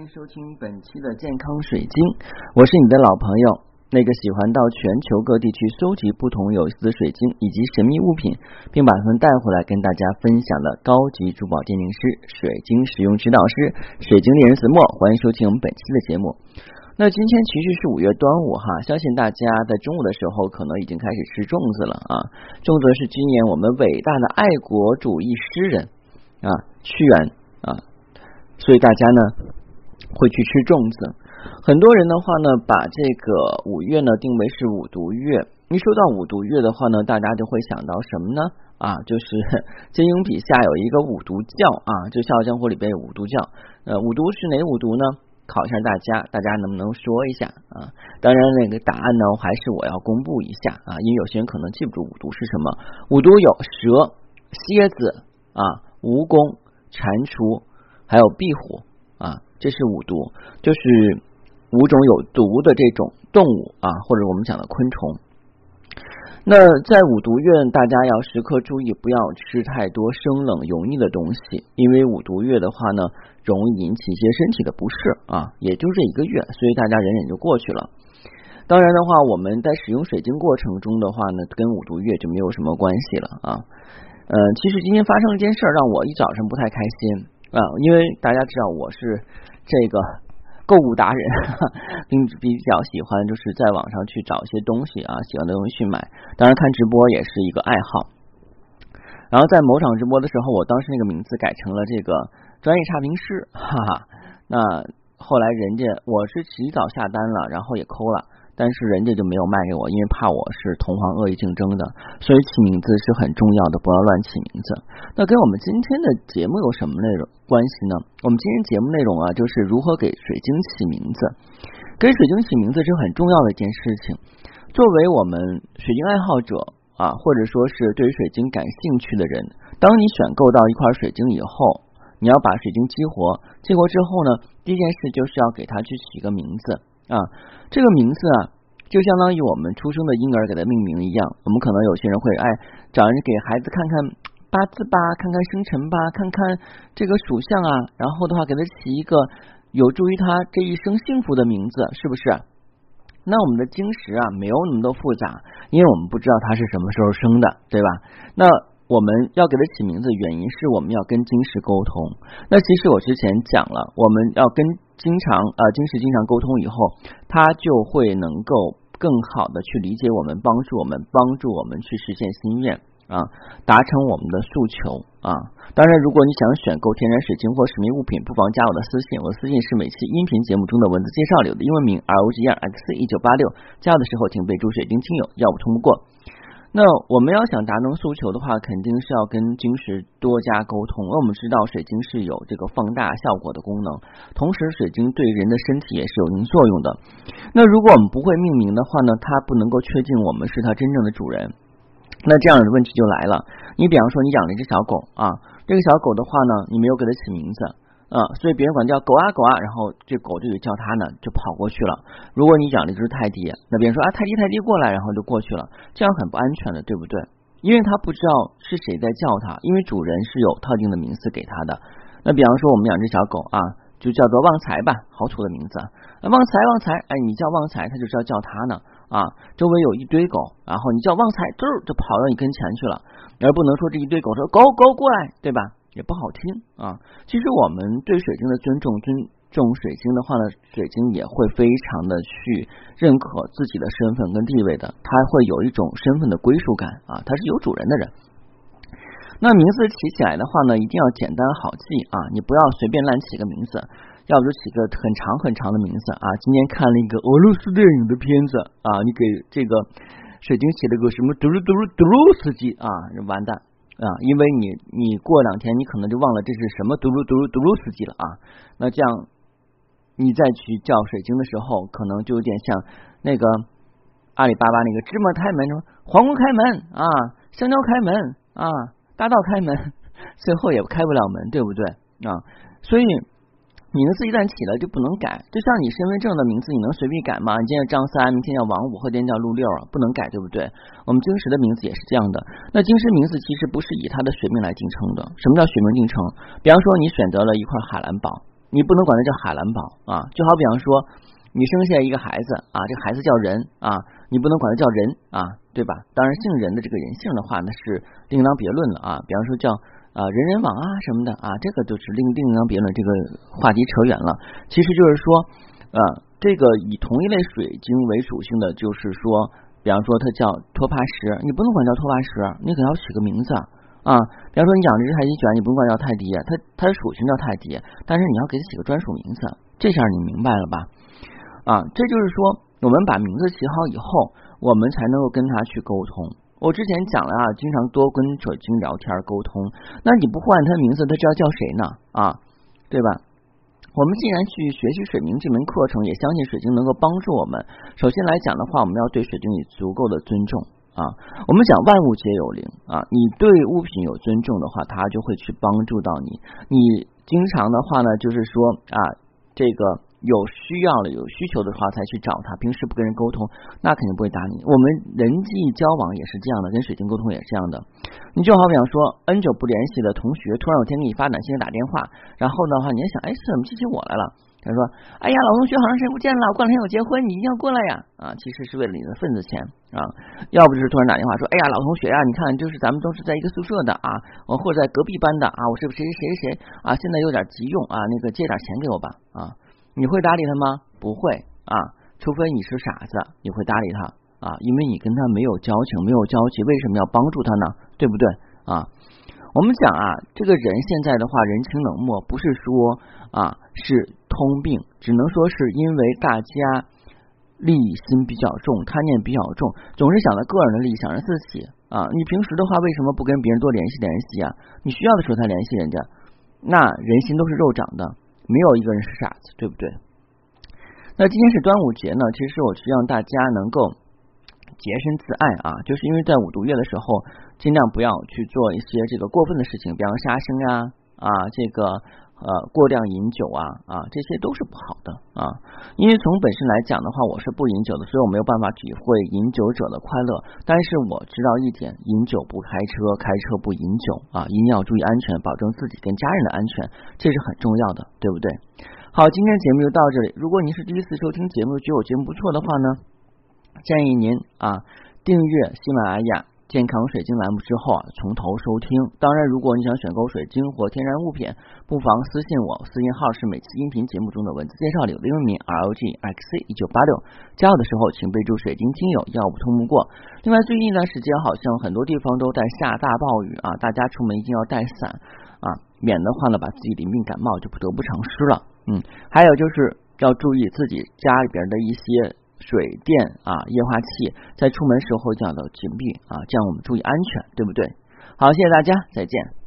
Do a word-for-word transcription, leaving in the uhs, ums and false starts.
收听本期的健康水晶，我是你的老朋友，那个喜欢到全球各地去搜集不同有意思的水晶以及神秘物品，并把它们带回来跟大家分享的高级珠宝鉴定师、水晶使用指导师、水晶猎人子墨。欢迎收听我们本期的节目。那今天其实是五月端午哈，相信大家在中午的时候可能已经开始吃粽子了啊。粽子是今年我们伟大的爱国主义诗人啊屈原啊，所以大家呢会去吃粽子。很多人的话呢把这个五月呢定为是五毒月，一说到五毒月的话呢，大家就会想到什么呢？啊，就是金庸笔下有一个五毒教啊，就《笑傲江湖》里边有五毒教。呃，五毒是哪五毒呢？考一下大家，大家能不能说一下啊？当然那个答案呢还是我要公布一下啊，因为有些人可能记不住五毒是什么。五毒有蛇、蝎子啊、蜈蚣、蟾蜍，还有壁虎啊，这是五毒，就是五种有毒的这种动物啊，或者我们讲的昆虫。那在五毒月，大家要时刻注意，不要吃太多生冷油腻的东西，因为五毒月的话呢，容易引起一些身体的不适啊。也就这一个月，所以大家忍忍就过去了。当然的话，我们在使用水晶过程中的话呢，跟五毒月就没有什么关系了啊。呃，其实今天发生了一件事，让我一早上不太开心啊，因为大家知道我是这个购物达人，并比较喜欢就是在网上去找一些东西啊，喜欢的东西去买。当然看直播也是一个爱好。然后在某场直播的时候，我当时那个名字改成了这个专业差评师，哈哈。那后来人家我是起早下单了，然后也抠了。但是人家就没有卖给我，因为怕我是同行恶意竞争的，所以起名字是很重要的，不要乱起名字。那跟我们今天的节目有什么内容关系呢？我们今天节目内容啊，就是如何给水晶起名字。给水晶起名字是很重要的一件事情。作为我们水晶爱好者啊，或者说是对于水晶感兴趣的人，当你选购到一块水晶以后，你要把水晶激活，激活之后呢，第一件事就是要给它去起一个名字啊。这个名字啊，就相当于我们出生的婴儿给它命名一样。我们可能有些人会哎找人给孩子看看八字吧，看看生辰吧，看看这个属相啊，然后的话给他起一个有助于他这一生幸福的名字，是不是？那我们的晶石啊没有那么多复杂，因为我们不知道他是什么时候生的，对吧？那我们要给他起名字，原因是我们要跟晶石沟通。那其实我之前讲了，我们要跟经常呃晶石经常沟通以后，它就会能够更好的去理解我们，帮助我们帮助我们去实现心愿啊，达成我们的诉求啊。当然如果你想选购天然水晶或神秘物品，不妨加我的私信，我的私信是每期音频节目中的文字介绍里的英文名 R O G E R X 一九八六，加的时候请备注水晶亲友，要不通不过。那我们要想达成诉求的话，肯定是要跟晶石多加沟通。那我们知道水晶是有这个放大效果的功能，同时水晶对人的身体也是有一定作用的。那如果我们不会命名的话呢，它不能够确定我们是它真正的主人。那这样的问题就来了，你比方说你养了一只小狗啊，这个小狗的话呢，你没有给它起名字啊，所以别人管叫狗啊狗啊，然后这狗就得叫它呢，就跑过去了。如果你养了一只泰迪，那别人说啊泰迪泰迪过来，然后就过去了，这样很不安全的，对不对？因为他不知道是谁在叫他，因为主人是有特定的名字给他的。那比方说我们养只小狗啊，就叫做旺财吧，好土的名字。啊、旺财旺财，哎，你叫旺财，他就知道叫他呢啊。周围有一堆狗，然后你叫旺财，嘟就跑到你跟前去了，而不能说这一堆狗说狗狗过来，对吧？也不好听啊。其实我们对水晶的尊重，尊重水晶的话呢，水晶也会非常的去认可自己的身份跟地位的，它会有一种身份的归属感啊，它是有主人的人。那名字起起来的话呢，一定要简单好记啊，你不要随便乱起个名字，要不就起个很长很长的名字啊。今天看了一个俄罗斯电影的片子啊，你给这个水晶起了个什么嘟噜嘟噜嘟噜斯基啊，完蛋啊！因为你你过两天你可能就忘了这是什么嘟噜嘟噜嘟噜斯基了啊。那这样你再去叫水晶的时候，可能就有点像那个阿里巴巴那个芝麻开门，皇宫开门啊，香蕉开门啊，大道开门，最后也开不了门，对不对啊？所以名字一旦起了就不能改，就像你身份证的名字，你能随便改吗？你今天叫张三，明天叫王五，后天叫陆六啊，不能改，对不对？我们晶石的名字也是这样的。那晶石名字其实不是以它的学名来定称的。什么叫学名定称？比方说你选择了一块海蓝宝你不能管它叫海蓝宝啊。就好比方说你生下一个孩子啊，这个孩子叫人啊，你不能管它叫人啊，对吧？当然姓人的这个人姓的话那是另当别论了啊。比方说叫啊人人网啊什么的啊，这个就是另另当别论，这个话题扯远了。其实就是说呃这个以同一类水晶为属性的，就是说比方说它叫托帕石，你不能管叫托帕石，你可能要取个名字啊。比方说你养这只太极卷，你不能管叫泰迪，它它的属性叫泰迪，但是你要给它起个专属名字，这下你明白了吧？啊，这就是说我们把名字起好以后，我们才能够跟他去沟通。我之前讲了啊，经常多跟水晶聊天沟通，那你不换他名字，他知道叫谁呢？啊，对吧？我们既然去学习水晶这门课程，也相信水晶能够帮助我们。首先来讲的话，我们要对水晶有足够的尊重啊。我们讲万物皆有灵啊，你对物品有尊重的话，它就会去帮助到你。你经常的话呢，就是说啊，这个有需要了有需求的话才去找他，平时不跟人沟通，那肯定不会搭理你。我们人际交往也是这样的，跟水晶沟通也是这样的。你就好比说 N 久不联系的同学，突然有天给你发短信打电话，然后的话你也想，哎，怎么记起我来了？他说，哎呀，老同学好长时间不见了，过两天有结婚，你一定要过来呀！啊，其实是为了你的份子钱啊，要不就是突然打电话说，哎呀，老同学呀、啊，你看，就是咱们都是在一个宿舍的啊，我或者在隔壁班的啊，我是谁谁谁谁啊，现在有点急用啊，那个借点钱给我吧啊。你会搭理他吗？不会啊，除非你是傻子，你会搭理他啊，因为你跟他没有交情，没有交集，为什么要帮助他呢？对不对啊？我们讲啊，这个人现在的话，人情冷漠，不是说啊是通病，只能说是因为大家利益心比较重，贪念比较重，总是想着个人的利益，想着自己啊。你平时的话，为什么不跟别人多联系联系啊？你需要的时候才联系人家，那人心都是肉长的。没有一个人是傻子，对不对？那今天是端午节呢，其实我希望大家能够洁身自爱啊，就是因为在五毒月的时候，尽量不要去做一些这个过分的事情，比方杀生呀啊，这个呃过量饮酒啊啊，这些都是不好的啊。因为从本身来讲的话，我是不饮酒的，所以我没有办法体会饮酒者的快乐。但是我知道一点，饮酒不开车，开车不饮酒啊，一定要注意安全，保证自己跟家人的安全，这是很重要的，对不对？好，今天节目就到这里。如果您是第一次收听节目，觉得我节目不错的话呢，建议您啊订阅喜马拉雅健康水晶栏目之后啊，从头收听。当然，如果你想选购水晶或天然物品，不妨私信我，私信号是每次音频节目中的文字介绍里的英文名 R O G X C 一九八六。加我的时候，请备注水晶精友，要不通不过。另外，最近一段时间好像很多地方都在下大暴雨啊，大家出门一定要带伞啊，免的话呢，把自己淋病感冒就不得不偿失了。嗯，还有就是要注意自己家里边的一些水电啊、液化气，在出门时候一定要紧闭啊，这样我们注意安全，对不对？好，谢谢大家，再见。